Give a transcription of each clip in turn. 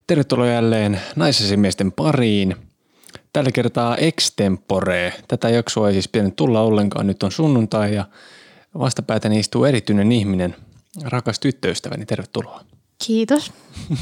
Tervetuloa jälleen naisasimiesten pariin. Tällä kertaa extempore. Tätä jaksoa ei siis pitänyt tulla ollenkaan. Nyt on sunnuntai ja vastapäätäni istuu erityinen ihminen. Rakas tyttöystäväni, tervetuloa. Kiitos.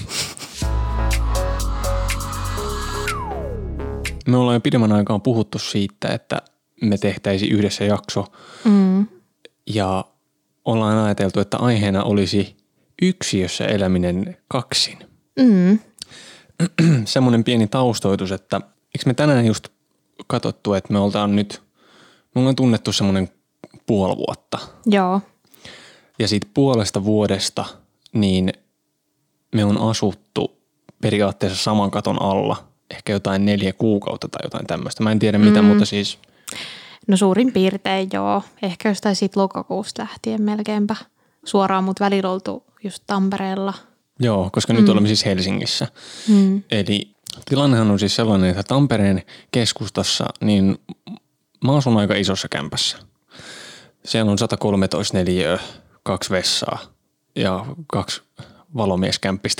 Me ollaan jo pidemmän aikaan puhuttu siitä, että me tehtäisiin yhdessä jakso. Ja ollaan ajateltu, että aiheena olisi yksiössä eläminen kaksin. Semmoinen pieni taustoitus, että eikö me tänään just katsottu, että me ollaan tunnettu semmoinen puoli vuotta. Joo. Ja siitä puolesta vuodesta niin me on asuttu periaatteessa saman katon alla. Ehkä jotain 4 kuukautta tai jotain tämmöistä. Mä en tiedä mitä, mutta siis... No suurin piirtein joo. Ehkä jostain siitä lokakuusta lähtien melkeinpä suoraan, mutta välillä oltu just Tampereella. Joo, koska nyt olemme siis Helsingissä. Eli tilannehan on siis sellainen, että Tampereen keskustassa niin mä asun aika isossa kämpässä. Siellä on 113 neliöä, 2 vessaa ja 2 valomieskämppistä.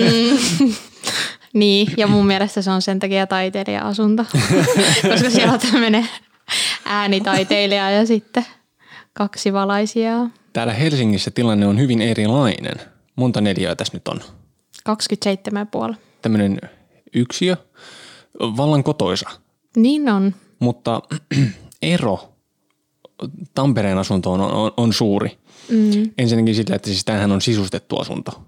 Niin, ja mun mielestä se on sen takia taiteilija-asunto, koska siellä on tämmöinen äänitaiteilija ja sitten 2 valaisijaa. Täällä Helsingissä tilanne on hyvin erilainen. Monta neliöä tässä nyt on? 27,5. Tämmöinen yksiö, vallan kotoisa. Niin on. Mutta ero Tampereen asuntoon on suuri. Ensinnäkin sillä, että siis tämähän on sisustettu asunto.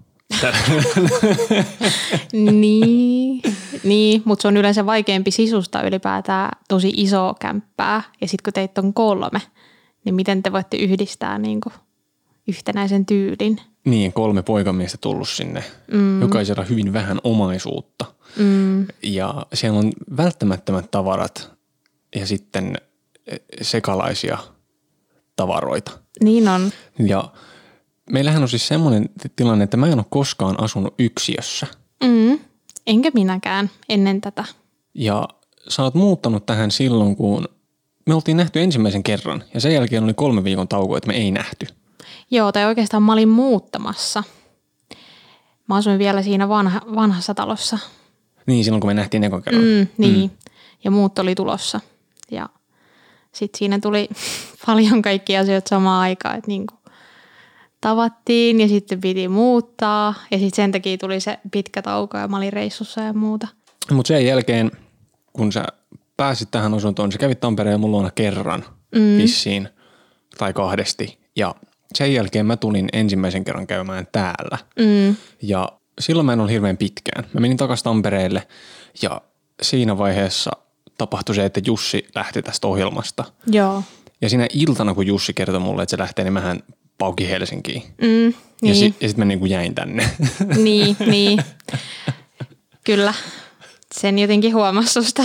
Niin, mutta se on yleensä vaikeampi sisustaa ylipäätään tosi iso kämppää. Ja sitten kun teitä on 3, niin miten te voitte yhdistää niinku yhtenäisen tyylin? Niin, 3 poikamiestä tullut sinne. Jokaisella hyvin vähän omaisuutta. Ja siellä on välttämättömät tavarat ja sitten sekalaisia tavaroita. Niin on. Ja meillähän on siis semmoinen tilanne, että mä en ole koskaan asunut yksiössä. Enkä minäkään ennen tätä. Ja sä oot muuttanut tähän silloin, kun me oltiin nähty ensimmäisen kerran. Ja sen jälkeen oli 3 viikon tauko, että me ei nähty. Joo, tai oikeastaan mä olin muuttamassa. Mä asuin vielä siinä vanhassa talossa. Niin, silloin kun me nähtiin ekan kerran. Niin, ja muut oli tulossa. Ja sitten siinä tuli paljon kaikkia asioita samaan aikaan, että niinku tavattiin ja sitten piti muuttaa. Ja sitten sen takia tuli se pitkä tauko ja mä olin reissussa ja muuta. Mutta sen jälkeen, kun sä pääsit tähän asuntoon, sä kävit Tampereen mulla luona kerran vissiin tai 2. Ja sen jälkeen mä tulin ensimmäisen kerran käymään täällä. Ja silloin mä en ollut hirveän pitkään. Mä menin takaisin Tampereelle ja siinä vaiheessa tapahtui se, että Jussi lähti tästä ohjelmasta. Joo. Ja siinä iltana, kun Jussi kertoi mulle, että se lähtee, niin mähän paukin Helsinkiin. Niin. Ja sitten mä niinku jäin tänne. Niin. Kyllä. Sen jotenkin huomasi susta,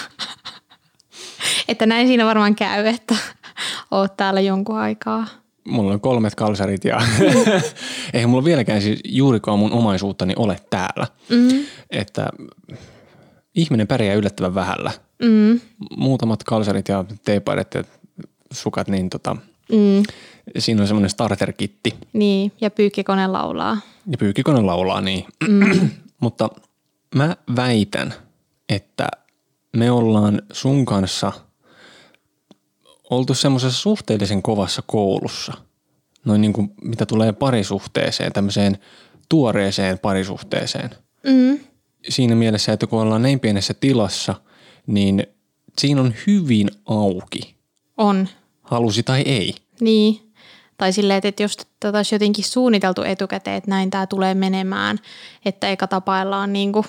että näin siinä varmaan käy, että oot täällä jonkun aikaa. Mulla on 3 kalsarit ja eihän mulla vieläkään siis juurikaan mun omaisuuttani ole täällä. Että ihminen pärjää yllättävän vähällä. Muutamat kalsarit ja teepaidat ja sukat, niin siinä on semmoinen starter-kitti. Niin, ja pyykkikone laulaa. Ja pyykkikone laulaa, niin. Mutta mä väitän, että me ollaan sun kanssa oltu semmoisessa suhteellisen kovassa koulussa. Noin niin kuin mitä tulee parisuhteeseen, tämmöiseen tuoreeseen parisuhteeseen. Siinä mielessä, että kun ollaan näin pienessä tilassa, niin siinä on hyvin auki. On. Halusi tai ei. Niin. Tai silleen, että jos tätä olisi jotenkin suunniteltu etukäteen, että näin tämä tulee menemään, että eka tapaillaan niinku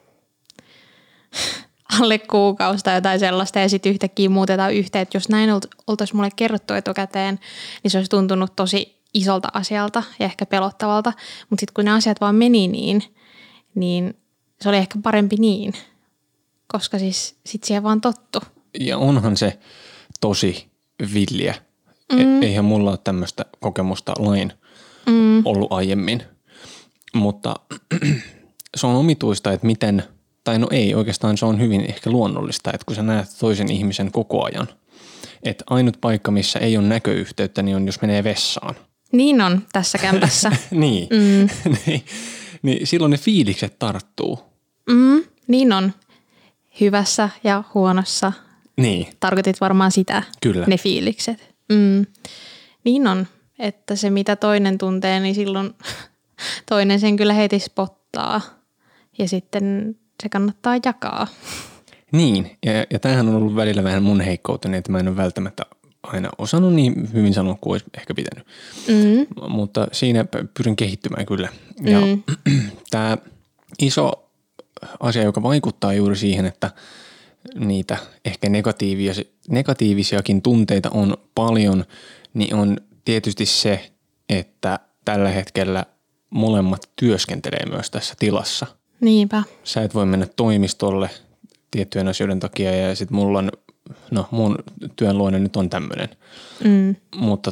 alle kuukausi tai jotain sellaista ja sitten yhtäkkiä muutetaan yhteen. Että jos näin oltaisiin mulle kerrottu etukäteen, niin se olisi tuntunut tosi isolta asialta ja ehkä pelottavalta. Mutta sitten kun ne asiat vaan meni niin se oli ehkä parempi niin, koska siis sitten siihen vaan tottu. Ja onhan se tosi villiä. Eihän mulla ole tämmöistä kokemusta lain ollut aiemmin. Mutta se on omituista, että miten, tai no ei oikeastaan se on hyvin ehkä luonnollista, että kun sä näet toisen ihmisen koko ajan, että ainut paikka, missä ei ole näköyhteyttä, niin on jos menee vessaan. Niin on tässä kämpässä. Niin. Niin silloin ne fiilikset tarttuu. Niin on. Hyvässä ja huonossa. Niin. Tarkoitit varmaan sitä, Kyllä. ne fiilikset. Niin on, että se mitä toinen tuntee, niin silloin toinen sen kyllä heti spottaa ja sitten se kannattaa jakaa. Niin, ja tämähän on ollut välillä vähän mun heikkouteni, että mä en ole välttämättä aina osannut niin hyvin sanoa kuin olisi ehkä pitänyt. Mutta siinä pyrin kehittymään kyllä. Ja tämä iso asia, joka vaikuttaa juuri siihen, että niitä ehkä negatiivisiakin tunteita on paljon, niin on tietysti se, että tällä hetkellä molemmat työskentelee myös tässä tilassa. Niinpä. Sä et voi mennä toimistolle tiettyjen asioiden takia ja sitten mulla on, mun työnluonne nyt on tämmöinen. Mutta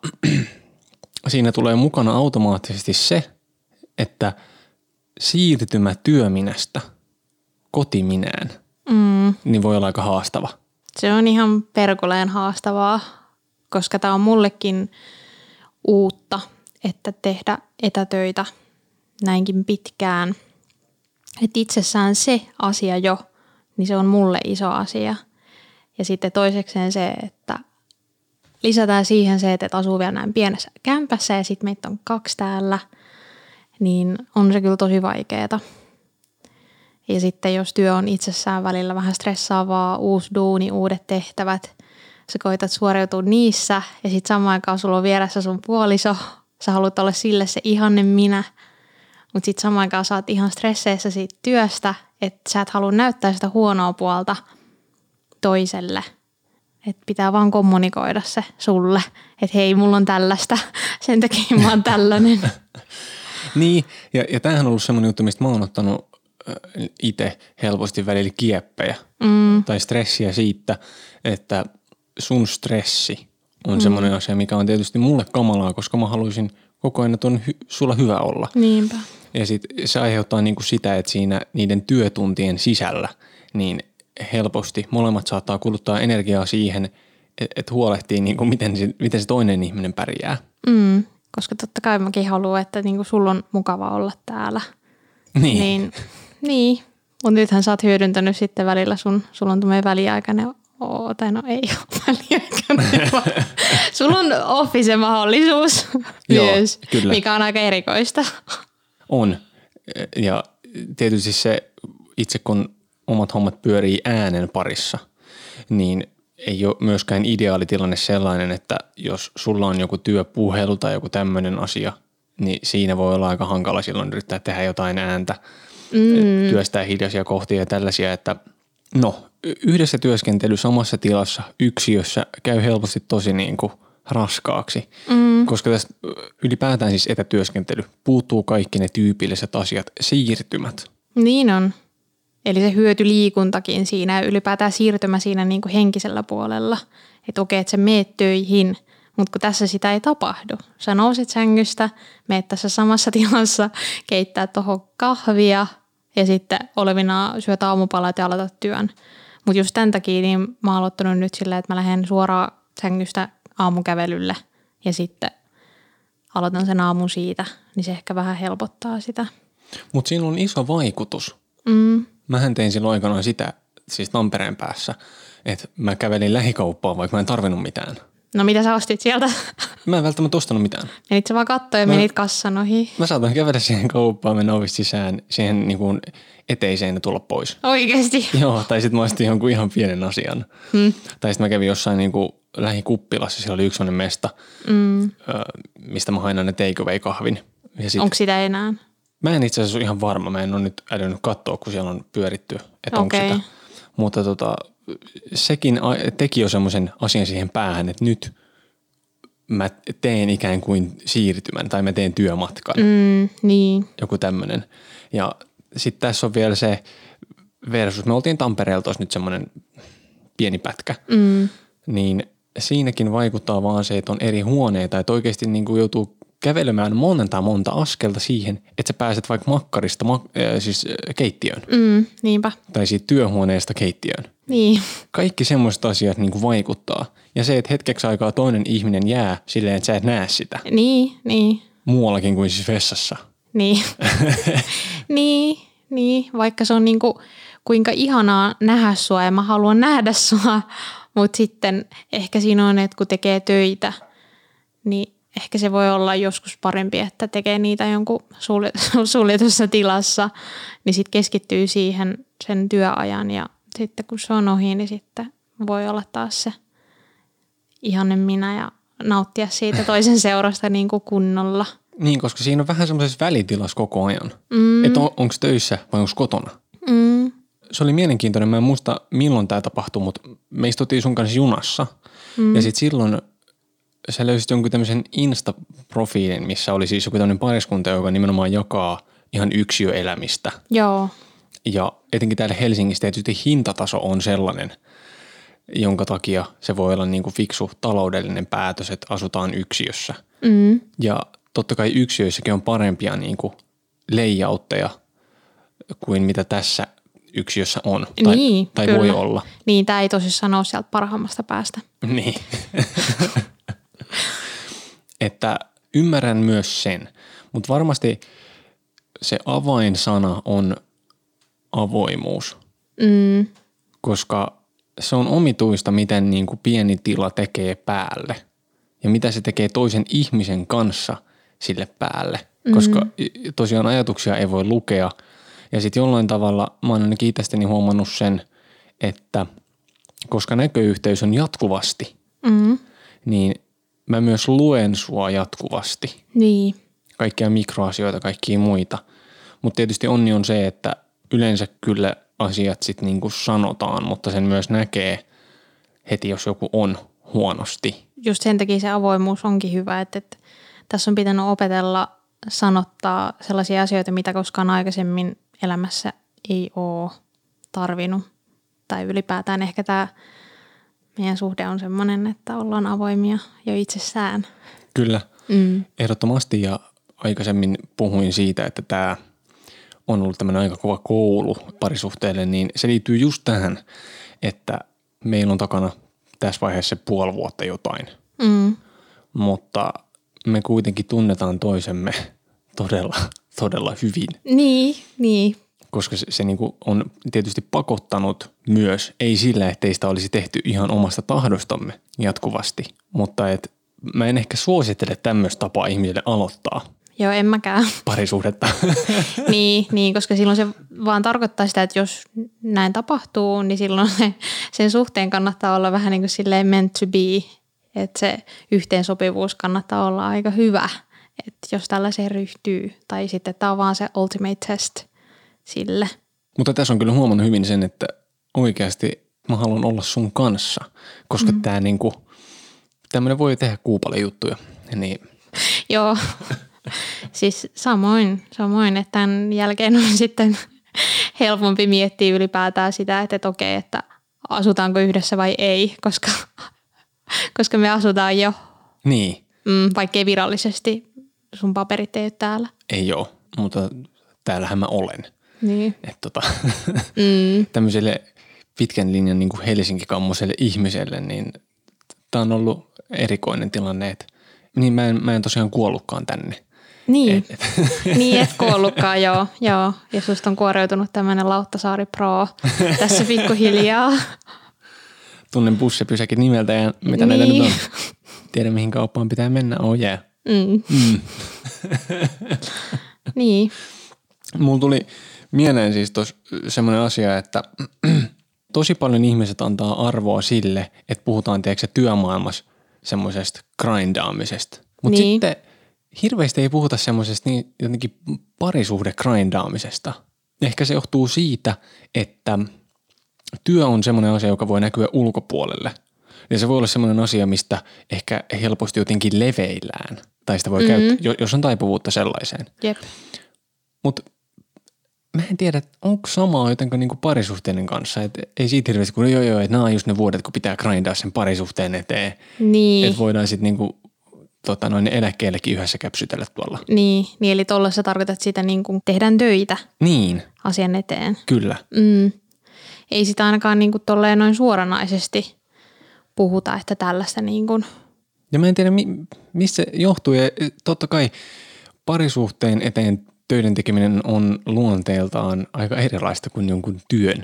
siinä tulee mukana automaattisesti se, että siirtymä työminästä kotiminään, niin voi olla aika haastava. Se on ihan perkuleen haastavaa, koska tämä on mullekin uutta, että tehdä etätöitä näinkin pitkään. Että itsessään se asia jo, niin se on mulle iso asia. Ja sitten toisekseen se, että lisätään siihen se, että asuu vielä näin pienessä kämpässä ja sitten meitä on 2 täällä, niin on se kyllä tosi vaikeeta. Ja sitten jos työ on itsessään välillä vähän stressaavaa, uusi duuni, uudet tehtävät, sä koitat suoriutua niissä ja sitten samaan aikaan sulla on vieressä sun puoliso, sä haluat olla sille se ihanne minä, mutta sitten samaan aikaan sä oot ihan stresseissä siitä työstä, että sä et halua näyttää sitä huonoa puolta toiselle. Että pitää vaan kommunikoida se sulle, että hei, mulla on tällaista, sen takia mä oon tällainen. Niin, ja tämähän on ollut semmoinen juttu, mistä mä oon ottanut itse helposti välillä kieppejä tai stressiä siitä, että sun stressi on semmoinen asia, mikä on tietysti mulle kamalaa, koska mä haluaisin koko ajan, että on sulla hyvä olla. Niinpä. Ja sitten se aiheuttaa niinku sitä, että siinä niiden työtuntien sisällä niin helposti molemmat saattaa kuluttaa energiaa siihen, että huolehtii niinku miten se toinen ihminen pärjää. Koska totta kai mäkin haluan, että niinku sulla on mukava olla täällä. Niin. Niin. Mutta nythän sä oot hyödyntänyt sitten välillä sulla on tämmöinen väliaikainen, tai no ei ole väliaikainen, vaan sulla on office-mahdollisuus myös, kyllä. Mikä on aika erikoista. On. Ja tietysti se itse kun omat hommat pyörii äänen parissa, niin ei ole myöskään ideaalitilanne sellainen, että jos sulla on joku työpuhelu tai joku tämmöinen asia, niin siinä voi olla aika hankala silloin yrittää tehdä jotain ääntä, työstää hiljaisia kohtia ja tällaisia, että yhdessä työskentely samassa tilassa yksiössä käy helposti tosi niin kuin raskaaksi, koska tästä ylipäätään siis etätyöskentely puuttuu kaikki ne tyypilliset asiat, siirtymät. Niin on. Eli se hyötyliikuntakin siinä ja ylipäätään siirtymä siinä niin kuin henkisellä puolella. Että okei, että sä meet töihin, mutta kun tässä sitä ei tapahdu. Sä nouset sängystä, meet tässä samassa tilassa, keittää tuohon kahvia ja sitten olevina syöt aamupalat ja aloitat työn. Mutta just tämän takia niin mä oon aloittanut nyt silleen, että mä lähden suoraan sängystä aamukävelylle ja sitten aloitan sen aamun siitä, niin se ehkä vähän helpottaa sitä. Mutta siinä on iso vaikutus. Mähän tein silloin aikanaan sitä, siis Tampereen päässä, että mä kävelin lähikauppaan, vaikka mä en tarvinnut mitään. No mitä sä ostit sieltä? Mä en välttämättä ostanut mitään. Menit sä vaan katsoa ja menit kassan ohi? Mä saatan kävellä siihen kauppaan, mennä ovista sisään, siihen niin kuin eteiseen ja tulla pois. Oikeesti? Joo, tai sitten mä ostin jonkun ihan pienen asian. Tai sitten mä kävin jossain niin kuin lähikuppilassa, siellä oli yksi sellainen mesta, mistä mä hain aina take away kahvin. Onko sitä enää? Mä en itse asiassa ole ihan varma, mä en ole nyt älynyt katsoa, kun siellä on pyöritty, että onko sitä. Mutta sekin teki jo semmoisen asian siihen päähän, että nyt mä teen ikään kuin siirtymän tai mä teen työmatkan. Niin. Joku tämmöinen. Ja sitten tässä on vielä se versus, me oltiin Tampereella tuossa nyt semmoinen pieni pätkä, niin siinäkin vaikuttaa vaan se, että on eri huoneita, että oikeasti niin kuin joutuu kävelemään monta askelta siihen, että sä pääset vaikka makkarista siis keittiöön. Niinpä. Tai siitä työhuoneesta keittiöön. Niin. Kaikki semmoiset asiat niin kuin vaikuttaa. Ja se, että hetkeksi aikaa toinen ihminen jää silleen, että sä et näe sitä. Niin. Muuallakin kuin siis vessassa. Niin. niin, vaikka se on niinku, kuinka ihanaa nähdä sua ja mä haluan nähdä sua, mutta sitten ehkä siinä on, että kun tekee töitä, niin ehkä se voi olla joskus parempi, että tekee niitä jonkun suljetussa tilassa, niin sitten keskittyy siihen sen työajan ja sitten kun se on ohi, niin sitten voi olla taas se ihanen minä ja nauttia siitä toisen seurasta niin kuin kunnolla. Niin, koska siinä on vähän semmoisessa välitilassa koko ajan. Että onko töissä vai onko kotona. Se oli mielenkiintoinen. Mä en muista milloin tämä tapahtui, mutta me istuttiin sun kanssa junassa. Ja sitten silloin sä löysit jonkun tämmöisen Insta-profiilin, missä oli siis joku tämmöinen pariskunta, joka nimenomaan jakaa ihan yksiöelämistä. Joo. Ja etenkin täällä Helsingissä tietysti hintataso on sellainen, jonka takia se voi olla niin kuin fiksu taloudellinen päätös, että asutaan yksiössä. Ja totta kai yksiöissäkin on parempia niin kuin layoutteja kuin mitä tässä yksiössä on tai voi olla. Niin, tämä ei tosissaan ole sieltä parhaimmasta päästä. Niin. Että ymmärrän myös sen, mutta varmasti se avainsana on avoimuus, koska se on omituista, miten niin kuin pieni tila tekee päälle ja mitä se tekee toisen ihmisen kanssa sille päälle, koska tosiaan ajatuksia ei voi lukea ja sitten jollain tavalla mä oon ainakin itsestäni huomannut sen, että koska näköyhteys on jatkuvasti, niin mä myös luen sua jatkuvasti. Niin. Kaikkia mikroasioita, kaikkia muita. Mutta tietysti onni on se, että yleensä kyllä asiat sitten niinku sanotaan, mutta sen myös näkee heti, jos joku on huonosti. Just sen takia se avoimuus onkin hyvä, että tässä on pitänyt opetella sanottaa sellaisia asioita, mitä koskaan aikaisemmin elämässä ei ole tarvinnut. Tai ylipäätään ehkä tämä meidän suhde on semmoinen, että ollaan avoimia jo itsessään. Kyllä, ehdottomasti ja aikaisemmin puhuin siitä, että tämä on ollut tämmöinen aika kova koulu parisuhteelle, niin se liittyy just tähän, että meillä on takana tässä vaiheessa 5,5 vuotta jotain, mutta me kuitenkin tunnetaan toisemme todella hyvin. Niin. Koska se niinku on tietysti pakottanut myös, ei sillä, ettei sitä olisi tehty ihan omasta tahdostamme jatkuvasti, mutta mä en ehkä suosittele tämmöistä tapaa ihmisille aloittaa. Joo, en mäkään. Parisuhdetta. niin, koska silloin se vaan tarkoittaa sitä, että jos näin tapahtuu, niin silloin sen suhteen kannattaa olla vähän niin kuin silleen meant to be, että se yhteensopivuus kannattaa olla aika hyvä, että jos tällaiseen ryhtyy, tai sitten tämä on vaan se ultimate test sille. Mutta tässä on kyllä huomannut hyvin sen, että oikeasti mä haluan olla sun kanssa, koska tää niinku, tämmöinen voi tehdä kuupalle juttuja. Niin. Joo, siis samoin, että tämän jälkeen on sitten helpompi miettiä ylipäätään sitä, että okei, että asutaanko yhdessä vai ei, koska me asutaan jo. Niin. Vaikkei virallisesti sun paperit ei ole täällä. Ei ole, mutta täällähän mä olen. Niin. Tämmöiselle pitkän linjan niin kuin Helsinki-kammoiselle ihmiselle, niin tää on ollut erikoinen tilanne, että niin mä en tosiaan kuollutkaan tänne. Niin, niin et kuollutkaan, joo. Ja susta on kuoreutunut tämmöinen Lauttasaari Pro tässä pikkuhiljaa. Tunnen bussipysäkit nimeltä ja mitä näitä nyt on. Tiedän mihin kauppaan pitää mennä, Niin. Mulla tuli mieleen siis semmoinen asia, että tosi paljon ihmiset antaa arvoa sille, että puhutaan tiedätkö työmaailmassa semmoisesta grindaamisesta. Mutta sitten hirveästi ei puhuta semmoisesta niin jotenkin parisuhde-grindaamisesta. Ehkä se johtuu siitä, että työ on semmoinen asia, joka voi näkyä ulkopuolelle. Ja se voi olla semmoinen asia, mistä ehkä helposti jotenkin leveillään. Tai sitä voi käyttää, jos on taipuvuutta sellaiseen. Jep. Mutta mä en tiedä, onko samaa jotenkin niinku parisuhteiden kanssa. Et ei siitä hirveästi, kun että nämä on just ne vuodet, kun pitää grindaa sen parisuhteen eteen. Niin. Että voidaan sitten niinku, eläkkeellekin yhdessä käpsytellä tuolla. Niin, eli tuolla sä tarkoitat sitä niin kuin tehdään töitä asian eteen. Kyllä. Ei sitä ainakaan niin kuin tolleen noin suoranaisesti puhuta, että tällaista niin kuin. Ja mä en tiedä, mistä se johtuu. Ja totta kai parisuhteen eteen töiden tekeminen on luonteeltaan aika erilaista kuin jonkun työn.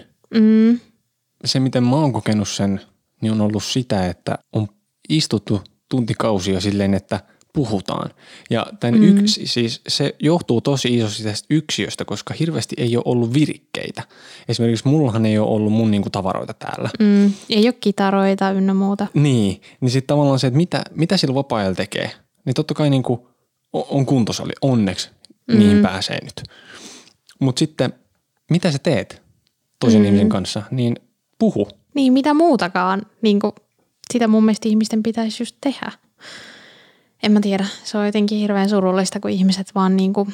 Se, miten mä oon kokenut sen, niin on ollut sitä, että on istuttu tuntikausia silleen, että puhutaan. Ja siis se johtuu tosi isosti tästä yksiöstä, koska hirveästi ei ole ollut virikkeitä. Esimerkiksi mullahan ei ole ollut mun niinku tavaroita täällä. Ei ole kitaroita ynnä muuta. Niin sitten tavallaan se, että mitä sillä vapaa-ajalla tekee, niin totta kai niinku on kuntosali, onneksi niihin pääsee nyt. Mutta sitten, mitä sä teet toisen ihmisen kanssa, niin puhu. Niin, mitä muutakaan, niinku, sitä mun mielestä ihmisten pitäisi just tehdä. En mä tiedä, se on jotenkin hirveän surullista, kun ihmiset vaan niinku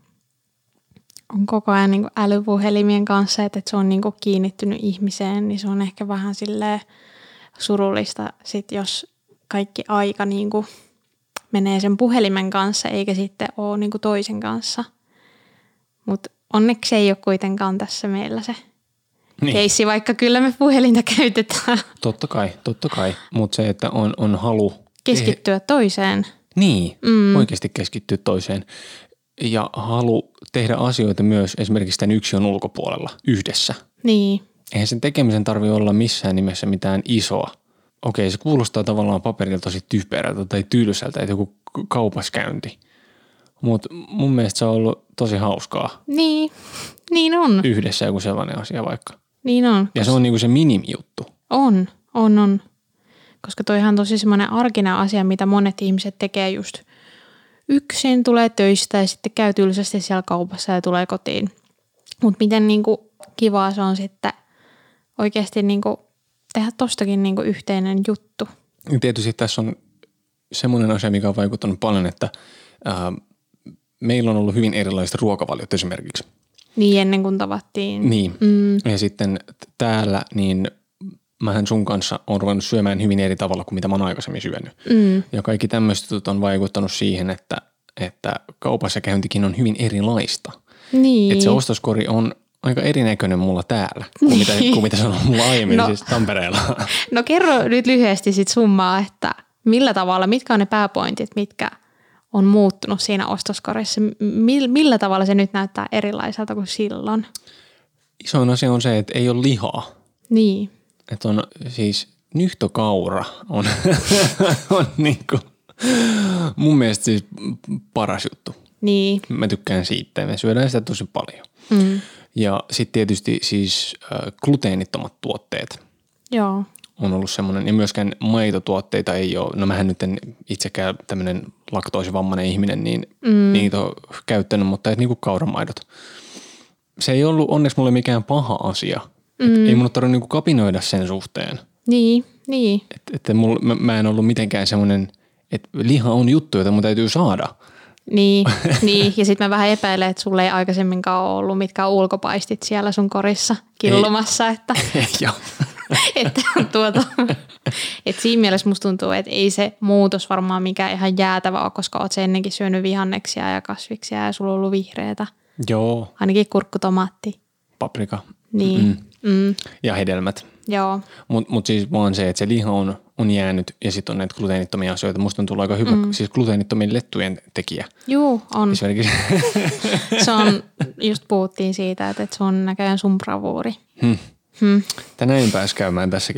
on koko ajan niinku älypuhelimien kanssa, että se on niinku kiinnittynyt ihmiseen, niin se on ehkä vähän silleen surullista, sit jos kaikki aika niinku menee sen puhelimen kanssa, eikä sitten ole niinku toisen kanssa. Mutta onneksi ei ole kuitenkaan tässä meillä se keissi, vaikka kyllä me puhelinta käytetään. Totta kai. Mutta se, että on halu keskittyä toiseen. Niin, oikeasti keskittyä toiseen. Ja halu tehdä asioita myös esimerkiksi tämän yksilön ulkopuolella yhdessä. Niin. Eihän sen tekemisen tarvitse olla missään nimessä mitään isoa. Okei, se kuulostaa tavallaan paperilla tosi typerältä tai tylsältä, että joku kaupaskäynti. Mutta mun mielestä se on ollut tosi hauskaa. Niin on. Yhdessä joku sellainen asia vaikka. Niin on. Ja se on niinku se minimijuttu. On. Koska toihan on tosi semmoinen arkinen asia, mitä monet ihmiset tekee just yksin, tulee töistä ja sitten käy tylsästi siellä kaupassa ja tulee kotiin. Mutta miten niinku kivaa se on sitten oikeasti niinku tehdä tostakin niinku yhteinen juttu. Tietysti tässä on semmoinen asia, mikä on vaikuttanut paljon, että meillä on ollut hyvin erilaiset ruokavaliot esimerkiksi. Niin, ennen kuin tavattiin. Niin. Ja sitten täällä niin mähän sun kanssa on ruvennut syömään hyvin eri tavalla kuin mitä mä oon aikaisemmin syönyt. Ja kaikki tämmöiset jutut on vaikuttanut siihen, että kaupassa käyntikin on hyvin erilaista. Niin. Että se ostoskori on aika erinäköinen mulla täällä kuin mitä se on mulla aiemmin siis Tampereella. No kerro nyt lyhyesti sit summaa, että millä tavalla, mitkä on ne pääpointit, mitkä on muuttunut siinä ostoskorissa? Millä tavalla se nyt näyttää erilaiselta kuin silloin? Isoin asia on se, että ei ole lihaa. Niin. Että on siis nyhtökaura on, on niinku mun mielestä siis paras juttu. Niin. Mä tykkään siitä ja me syödään sitä tosi paljon. Ja sitten tietysti siis gluteenittomat tuotteet. Joo. On ollut semmoinen, ja myöskään maitotuotteita ei ole. No mähän nyt en itsekään tämmöinen laktoosivammainen ihminen, niin niitä on käyttänyt, mutta et niinku kauramaidot. Se ei ollut onneksi mulle mikään paha asia. Ei mun ole tarvinnut niinku kapinoida sen suhteen. Niin. Että mä en ollut mitenkään semmoinen, että liha on juttu, jota mun täytyy saada. Niin. Ja sitten mä vähän epäilen, että sulle ei aikaisemminkaan ole ollut mitkään ulkopaistit siellä sun korissa killumassa. Että että siinä mielessä musta tuntuu, että ei se muutos varmaan mikään ihan jäätävä ole, koska oot se ennenkin syönyt vihanneksia ja kasviksia ja sulla on ollut vihreätä. Joo. Ainakin kurkku, tomaatti. Paprika. Niin. Ja hedelmät. Joo. Mut siis vaan se, että se liha on jäänyt ja sitten on näitä gluteenittomia asioita. Musta on tullut aika hyvä, siis gluteenittomien lettujen tekijä. Juu, on. Esimerkiksi. Se on, just puhuttiin siitä, että se on näköjään sun bravuuri. Tänään pääs käymään tässäkin.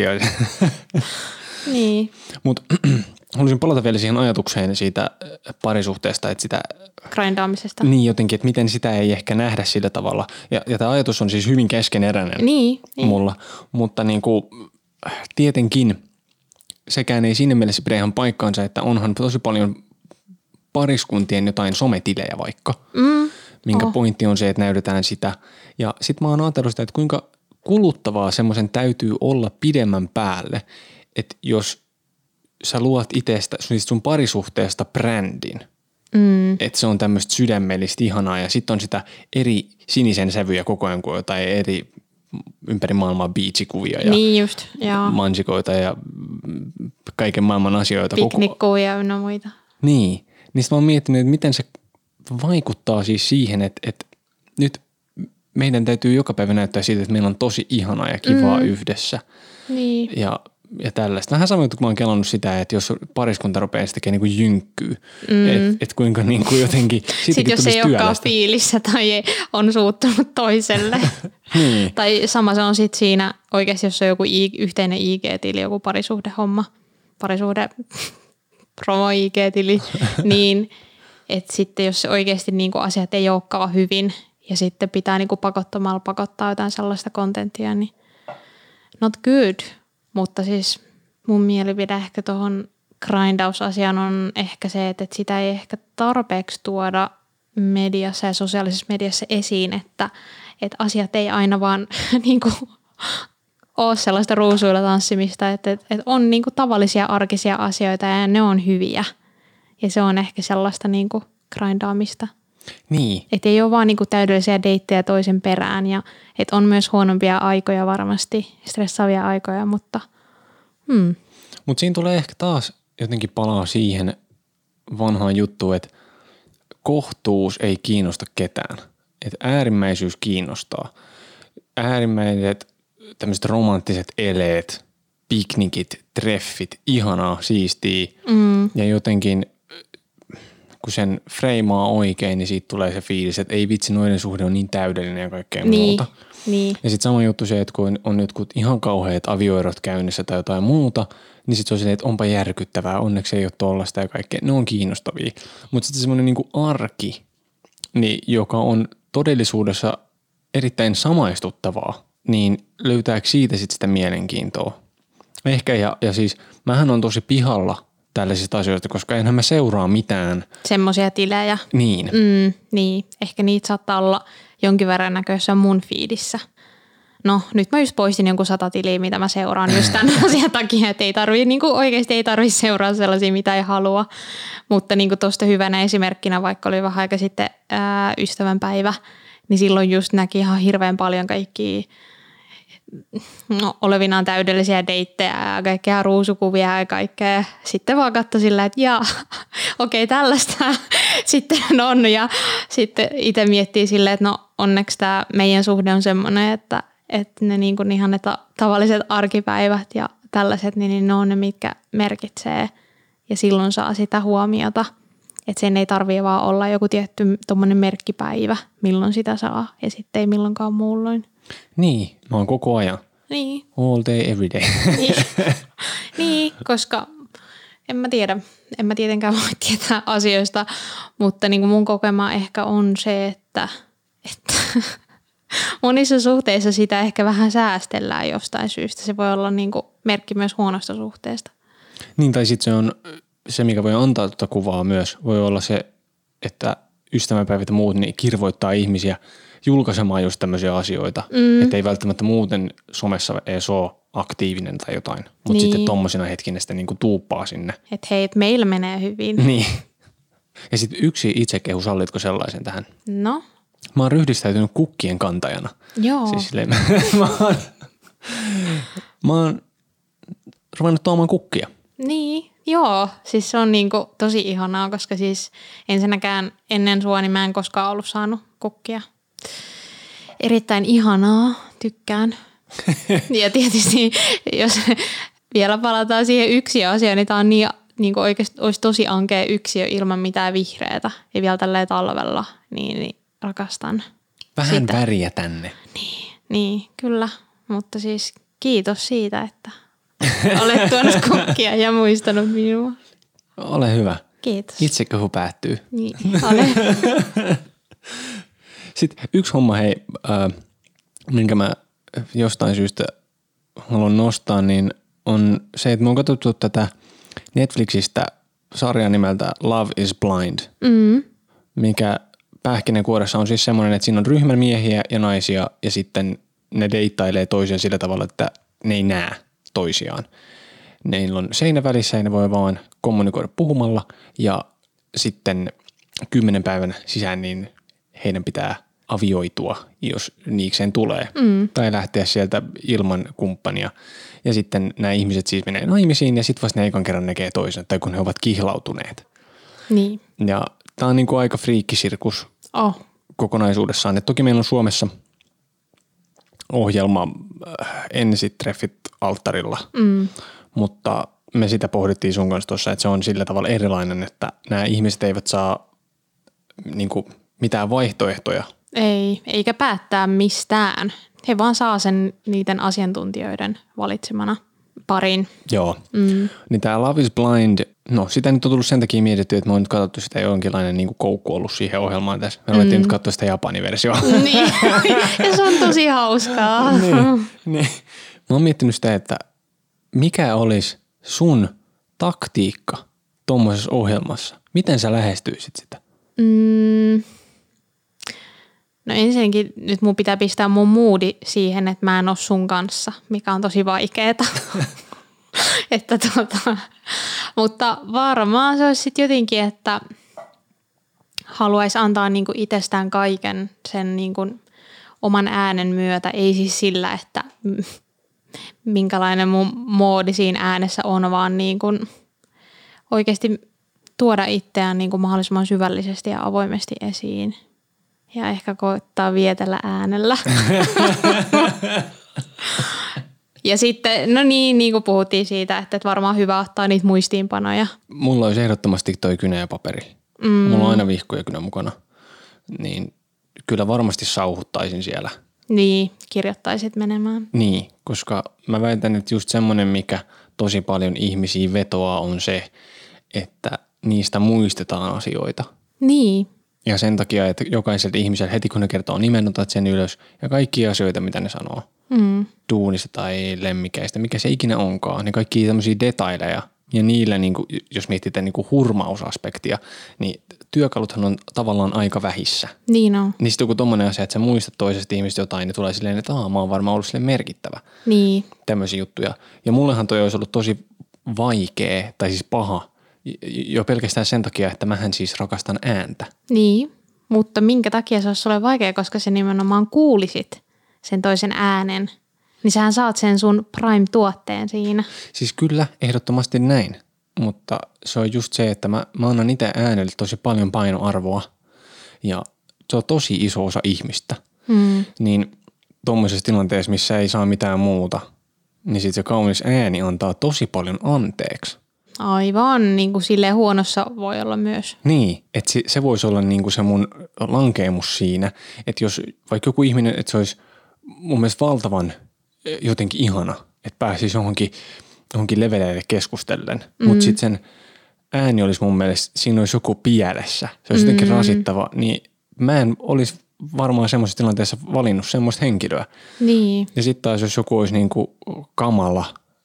Niin. Mutta haluaisin palata vielä siihen ajatukseen siitä parisuhteesta, että sitä grindaamisesta. Niin jotenkin, että miten sitä ei ehkä nähdä sillä tavalla. Ja tämä ajatus on siis hyvin keskeneräinen mulla. Mutta niin kuin, tietenkin sekään ei siinä mielessä pidä ihan paikkaansa, että onhan tosi paljon pariskuntien jotain sometilejä vaikka. Minkä pointti on se, että näytetään sitä. Ja sit mä oon ajatellut sitä, että kuinka kuluttavaa semmoisen täytyy olla pidemmän päälle, että jos sä luot itsestä, siis sun parisuhteesta brändin, että se on tämmöistä sydämellistä ihanaa ja sitten on sitä eri sinisen sävyjä koko ajan kuin jotain eri ympäri maailmaa biitsikuvia ja niin just, mansikoita ja kaiken maailman asioita. Piknikkuvia ynnä muita. Niin sitten mä oon miettinyt, että miten se vaikuttaa siis siihen, että nyt meidän täytyy joka päivä näyttää siitä, että meillä on tosi ihanaa ja kivaa yhdessä. Niin. Ja ja tällaista. Vähän samoin, kun mä oon kelannut sitä, että jos pariskunta rupeaa tekemään niin kuin jynkkyy, että kuinka niin kuin jotenkin sitten jos ei olekaan fiilissä tai on suuttunut toiselle. Niin. Tai sama se on sitten siinä oikeasti, jos on joku yhteinen IG-tili, joku parisuhdehomma, promo-IG-tili, niin että sitten jos oikeasti niin kuin asiat ei olekaan hyvin ja sitten pitää niin kuin pakottamalla pakottaa jotain sellaista kontenttia, niin not good. Mutta siis mun mielipide ehkä tuohon grindausasiaan on ehkä se, että sitä ei ehkä tarpeeksi tuoda mediassa ja sosiaalisessa mediassa esiin, että asiat ei aina vaan niin kuin ole sellaista ruusuilla tanssimista, että on niin kuin tavallisia arkisia asioita ja ne on hyviä. Ja se on ehkä sellaista niin kuin grindaamista. Niin. Että ei ole vaan niin kuin täydellisiä deittejä toisen perään ja että on myös huonompia aikoja varmasti, stressaavia aikoja, mutta Mutta siinä tulee ehkä taas jotenkin palaa siihen vanhaan juttuun, että kohtuus ei kiinnosta ketään. Että äärimmäisyys kiinnostaa. Äärimmäiset tämmöiset romanttiset eleet, piknikit, treffit, ihanaa, siistiä ja jotenkin kun sen freimaa oikein, niin siitä tulee se fiilis, että ei vitsi, noiden suhde on niin täydellinen ja kaikkea muuta. Niin. Ja sitten sama juttu se, että kun on jotkut ihan kauheat avioerot käynnissä tai jotain muuta, niin sitten se on silleen, että onpa järkyttävää, onneksi ei ole tollaista ja kaikkea. Ne on kiinnostavia. Mutta sitten semmoinen niinku arki, niin, joka on todellisuudessa erittäin samaistuttavaa, niin löytääkö siitä sitten sitä mielenkiintoa? Ehkä ja siis mähän on tosi pihalla tällaisista asioista, koska enhän mä seuraa mitään. Semmoisia tilejä. Niin. Niin, ehkä niitä saattaa olla jonkin verran näköissä mun fiidissä. No nyt mä just poistin jonkun 100 tiliä, mitä mä seuraan just tämän asian takia, että ei tarvii, niin kuin oikeasti ei tarvii seuraa sellaisia, mitä ei halua. Mutta niin kuin tuosta hyvänä esimerkkinä, vaikka oli vähän aika sitten ystävänpäivä, niin silloin just näki ihan hirveän paljon kaikkia olevinaan täydellisiä deittejä ja kaikkea ruusukuvia ja kaikkea. Sitten vaan katsoi sillä, että okei, tällaista sitten on. Ja sitten itse miettii silleen, että no onneksi tämä meidän suhde on semmoinen, että ne niin kuin ihan ne tavalliset arkipäivät ja tällaiset, niin ne on ne, mitkä merkitsee. Ja silloin saa sitä huomiota. Että sen ei tarvitse vaan olla joku tietty tommoinen merkkipäivä, milloin sitä saa ja sitten ei milloinkaan muulloin. Niin, mä oon koko ajan. Niin. All day, every day. Niin, koska en mä tietenkään voi tietää asioista, mutta niin kuin mun kokema ehkä on se, että monissa suhteissa sitä ehkä vähän säästellään jostain syystä. Se voi olla niin kuin merkki myös huonosta suhteesta. Niin, tai sitten se on se, mikä voi antaa tuota kuvaa myös. Voi olla se, että ystävänpäivät ja muut niin kirvoittaa ihmisiä julkaisemaan just tämmöisiä asioita, että ei välttämättä muuten somessa edes ole aktiivinen tai jotain, mutta niin. Sitten tommosina hetkinä sitten niinku tuuppaa sinne. Että hei, meillä menee hyvin. Niin. Ja sitten yksi itsekehu, sallitko sellaisen tähän? No? Mä oon ryhdistäytynyt kukkien kantajana. Joo. Siis silleen, mä oon ruvennut tuomaan kukkia. Niin, joo. Siis se on niinku tosi ihanaa, koska siis ensinnäkään ennen sua niin mä en koskaan ollut saanut kukkia. Erittäin ihanaa, tykkään. Ja tietysti, jos vielä palataan siihen yksiöasiaan, niin tämä on niin oikeasti olisi tosi ankea yksiö ilman mitään vihreätä. Ja vielä tälleen talvella, niin rakastan vähän sitä. Väriä tänne. Niin, kyllä. Mutta siis kiitos siitä, että olet tuonut kukkia ja muistanut minua. Ole hyvä. Kiitos. Itsekehu päättyy. Niin, ole. Sitten yksi homma, hei, minkä mä jostain syystä haluan nostaa, niin on se, että mä oon katsottu tätä Netflixistä sarjaa nimeltä Love is Blind, mikä pähkinänkuoressa on siis semmoinen, että siinä on ryhmän miehiä ja naisia ja sitten ne deittailee toisiaan sillä tavalla, että ne ei näe toisiaan. Neillä on seinä välissä ja ne voi vaan kommunikoida puhumalla ja sitten 10 päivän sisään niin heidän pitää avioitua, jos niikseen tulee. Tai lähteä sieltä ilman kumppania. Ja sitten nämä ihmiset siis menee naimisiin ja sitten vasta ne ekan kerran näkee toisen, tai kun he ovat kihlautuneet. Niin. Ja tämä on niinku aika friikkisirkus kokonaisuudessaan. Et toki meillä on Suomessa ohjelma Ensitreffit alttarilla. mutta me sitä pohdittiin sun kanssa tuossa, että se on sillä tavalla erilainen, että nämä ihmiset eivät saa niin kuin, mitään vaihtoehtoja. Ei, eikä päättää mistään. He vaan saa sen niiden asiantuntijoiden valitsemana parin. Joo. Niin tämä Love is Blind, no sitä nyt on tullut sen takia mietitty, että me on nyt katsottu sitä jonkinlainen niin kuin koukku ollut siihen ohjelmaan tässä. Me ruvettiin nyt katsoa sitä Japanin versioa. Niin, ja se on tosi hauskaa. Niin. Mä oon miettinyt sitä, että mikä olisi sun taktiikka tuommoisessa ohjelmassa? Miten sä lähestyisit sitä? No ensinnäkin nyt mun pitää pistää mun moodi siihen, että mä en ole sun kanssa, mikä on tosi vaikeeta. Mutta varmaan se olisi sitten jotenkin, että haluaisi antaa niinku itsestään kaiken sen niinku oman äänen myötä. Ei siis sillä, että minkälainen mun moodi siinä äänessä on, vaan niinku oikeasti tuoda itseään niinku mahdollisimman syvällisesti ja avoimesti esiin. Ja ehkä koittaa vietellä äänellä. Ja sitten, no niin kuin puhuttiin siitä, että varmaan hyvä ottaa niitä muistiinpanoja. Mulla olisi ehdottomasti toi kynä ja paperi. Mulla on aina vihko ja kynä mukana. Niin kyllä varmasti sauhuttaisin siellä. Niin, kirjoittaisit menemään. Niin, koska mä väitän, että just semmoinen, mikä tosi paljon ihmisiä vetoaa, on se, että niistä muistetaan asioita. Niin. Ja sen takia, että jokaiselle ihmiselle heti kun ne kertoo nimen, otat sen ylös ja kaikkia asioita, mitä ne sanoo. Duunista tai lemmikeistä, mikä se ikinä onkaan. Ne kaikki tämmöisiä detaileja ja niillä, niin kuin, jos mietitään niin kuin hurmausaspektia, niin työkaluthan on tavallaan aika vähissä. Niin on. Niin sitten joku tommoinen asia, että sä muistat toisesta ihmistä jotain, niin tulee silleen, että mä oon varmaan ollut silleen merkittävä. Niin. Tämmöisiä juttuja. Ja mullehan toi olisi ollut tosi vaikea, tai siis paha, jo pelkästään sen takia, että mähän siis rakastan ääntä. Niin, mutta minkä takia se olisi sulle vaikea, koska se nimenomaan kuulisit sen toisen äänen, niin sähän saat sen sun prime-tuotteen siinä. Siis kyllä, ehdottomasti näin, mutta se on just se, että mä annan itse äänelle tosi paljon painoarvoa ja se on tosi iso osa ihmistä. Niin tuommoisessa tilanteessa, missä ei saa mitään muuta, niin sit se kaunis ääni antaa tosi paljon anteeksi. Aivan, niin kuin silleen huonossa voi olla myös. Niin, että se voisi olla niin kuin se mun lankeemus siinä, että jos vaikka joku ihminen, että se olisi mun mielestä valtavan jotenkin ihana, että pääsisi johonkin leveleille keskustellen, mutta sitten sen ääni olisi mun mielestä, siinä olisi joku pielessä, se olisi jotenkin rasittava, niin mä en olisi varmaan semmoisessa tilanteessa valinnut semmoista henkilöä. Niin. Ja sitten taas jos joku olisi niin kuin kamala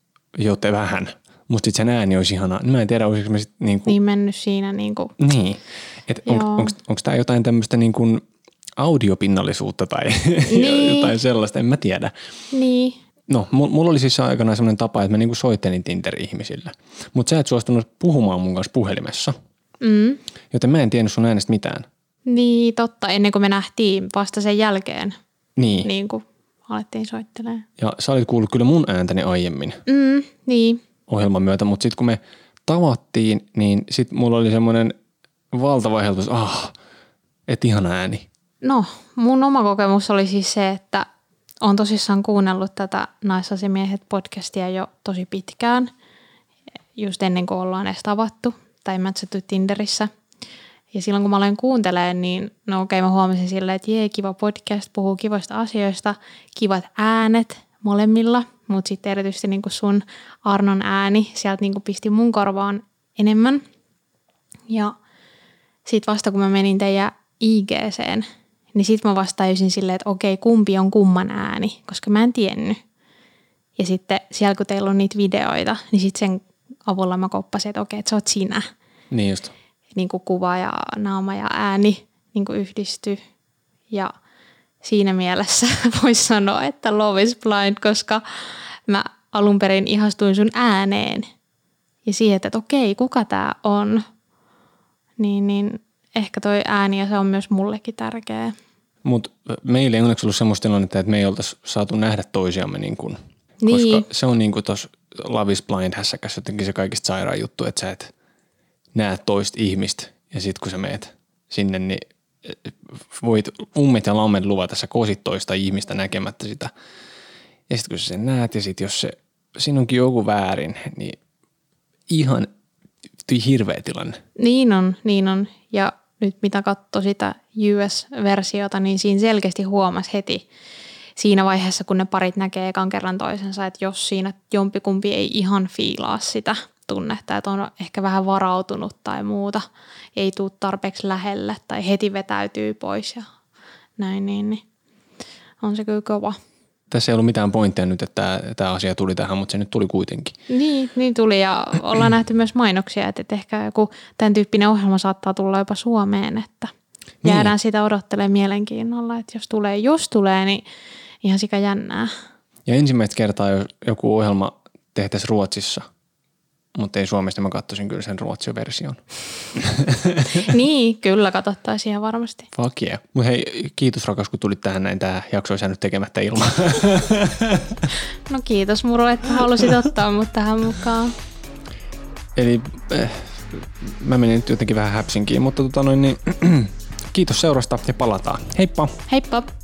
joten vähän, mutta sitten sen ääni olisi ihanaa. Mä en tiedä, olisiko mä sitten niinku niin mennyt siinä niinku. Niin. Että onko tämä jotain tämmöistä niinku audiopinnallisuutta tai niin. jotain sellaista, en mä tiedä. Niin. No, mulla oli siis aikanaan semmoinen tapa, että mä niinku soittelin Tinder-ihmisille. Mutta sä et suostunut puhumaan mun kanssa puhelimessa. Joten mä en tiennyt sun äänestä mitään. Niin, totta. Ennen kuin me nähtiin vasta sen jälkeen. Niin. Niin kuin alettiin soittelemaan. Ja sä olit kuullut kyllä mun ääntäni aiemmin. Niin. Ohjelman myötä, mutta sitten kun me tavattiin, niin sitten mulla oli semmoinen valtava helpotus, et ihana ääni. No, mun oma kokemus oli siis se, että olen tosissaan kuunnellut tätä Naisasiamiehet podcastia jo tosi pitkään, just ennen kuin ollaan edes tavattu tai matchattu Tinderissä. Ja silloin kun mä aloin kuuntelemaan, niin no okei, mä huomasin silleen, että kiva podcast, puhuu kivoista asioista, kivat äänet molemmilla, mutta sitten erityisesti niin kuin sun Arnon ääni sieltä niin kuin pisti mun korvaan enemmän. Ja sitten vasta kun mä menin teidän IGCen, niin sitten mä vasta tajusin silleen, että okei, kumpi on kumman ääni, koska mä en tiennyt. Ja sitten siellä kun teillä on niitä videoita, niin sitten sen avulla mä koppasin, että okei, että sä oot sinä. Niin just. Niin kuin kuva ja naama ja ääni niin kuin yhdistyy. Ja siinä mielessä voisi sanoa, että Love is Blind, koska mä alun perin ihastuin sun ääneen. Ja siihen, että okei, kuka tää on? Niin ehkä toi ääni ja se on myös mullekin tärkeä. Mutta meillä ei onneksi ollut semmoista tilannetta, että me ei oltaisi saatu nähdä toisiamme, koska se on niin kuin tuossa Love is Blind -hässäkässä jotenkin se kaikista sairaan juttu, että sä et näe toista ihmistä ja sit kun sä meet sinne, niin voit ummet ja lammet luvata, sä kosit toista ihmistä näkemättä sitä. Ja sit kun sä sen näet ja sit jos se siinä onkin joku väärin, niin ihan hirveä tilanne. Niin on. Ja nyt mitä katsoi sitä US-versiota, niin siinä selkeästi huomasi heti siinä vaiheessa, kun ne parit näkee ekan kerran toisensa, että jos siinä jompikumpi ei ihan fiilaa sitä tunnetta, että on ehkä vähän varautunut tai muuta, ei tule tarpeeksi lähelle tai heti vetäytyy pois ja näin, niin on se kyllä kova. Tässä ei ollut mitään pointtia nyt, että tämä asia tuli tähän, mutta se nyt tuli kuitenkin. Niin tuli ja ollaan nähty myös mainoksia, että ehkä joku tämän tyyppinen ohjelma saattaa tulla jopa Suomeen, että jäädään sitä odottelemaan mielenkiinnolla, että jos tulee, niin ihan sika jännää. Ja ensimmäistä kertaa joku ohjelma tehtäisiin Ruotsissa, mutta ei Suomesta, mä katsoisin kyllä sen Ruotsin version. Niin, kyllä katsottaisiin ihan varmasti. Fuck yeah. Mutta hei, kiitos rakas, kun tulit tähän näin. Tämä jakso olisi jäänyt tekemättä ilman. No kiitos Muru, että halusit ottaa mut tähän mukaan. Eli mä menin nyt jotenkin vähän häpsinkiin, mutta kiitos seurasta ja palataan. Heippa! Heippa!